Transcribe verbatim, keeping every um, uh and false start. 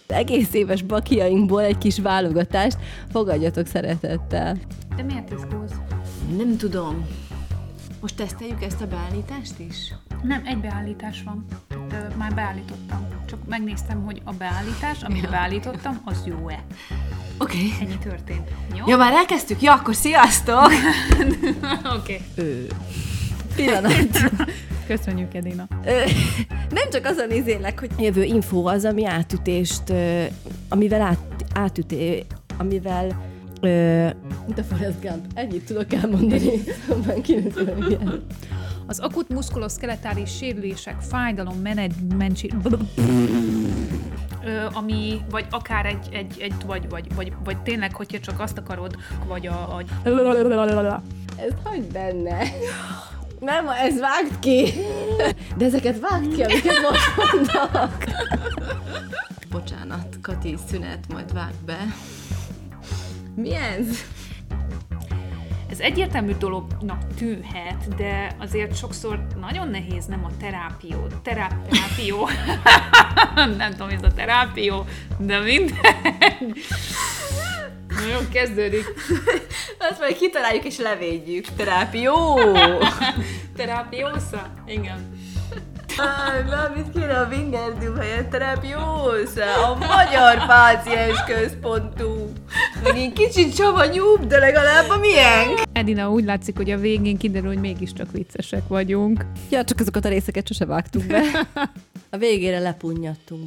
egész éves bakiainkból egy kis válogatást fogadjatok szeretettel. De miért izgulsz? Nem tudom. Most teszteljük ezt a beállítást is? Nem, egy beállítás van. Ö, már beállítottam. Csak megnéztem, hogy a beállítás, amit ja. beállítottam, az jó-e. Oké. Okay. Ennyi történt. Jó? Ja, már elkezdtük? Ja, akkor sziasztok! Oké. Okay. Pillanat. Köszönjük, Edina. Nem csak azon nézélek, hogy jövő info az, ami átütést, amivel át, átüté, amivel Ö, mint a Forrest Gump. Ennyit tudok elmondani. Az akut muszkuloszkeletális sérülések, fájdalom, menedzsment, ami, vagy akár egy, egy, egy vagy, vagy, vagy, vagy tényleg, hogyha csak azt akarod, vagy a... a... Ezt hagyd benne. Nem, ez vágd ki. De ezeket vágd ki, amiket most mondok. Bocsánat, Kati, szünet, majd vágd be. Mi ez? Ez egyértelmű dolognak tűnhet, de azért sokszor nagyon nehéz nem a terápió. Terá- terápió. Nem tudom, ez a terápió, de mindegy. Nagyon kezdődik. Azt majd kitaláljuk és levédjük. Terápió! Terápiósza? Igen. Valamit kéne a Wingardium helyett terápiósza, a Magyar Páciens Központú. Megint kicsit savanyúbb, de legalább a miénk. Edina, úgy látszik, hogy a végén kiderül, hogy mégiscsak viccesek vagyunk. Ja, csak azokat a részeket sose vágtuk be. A végére lepunnyadtunk.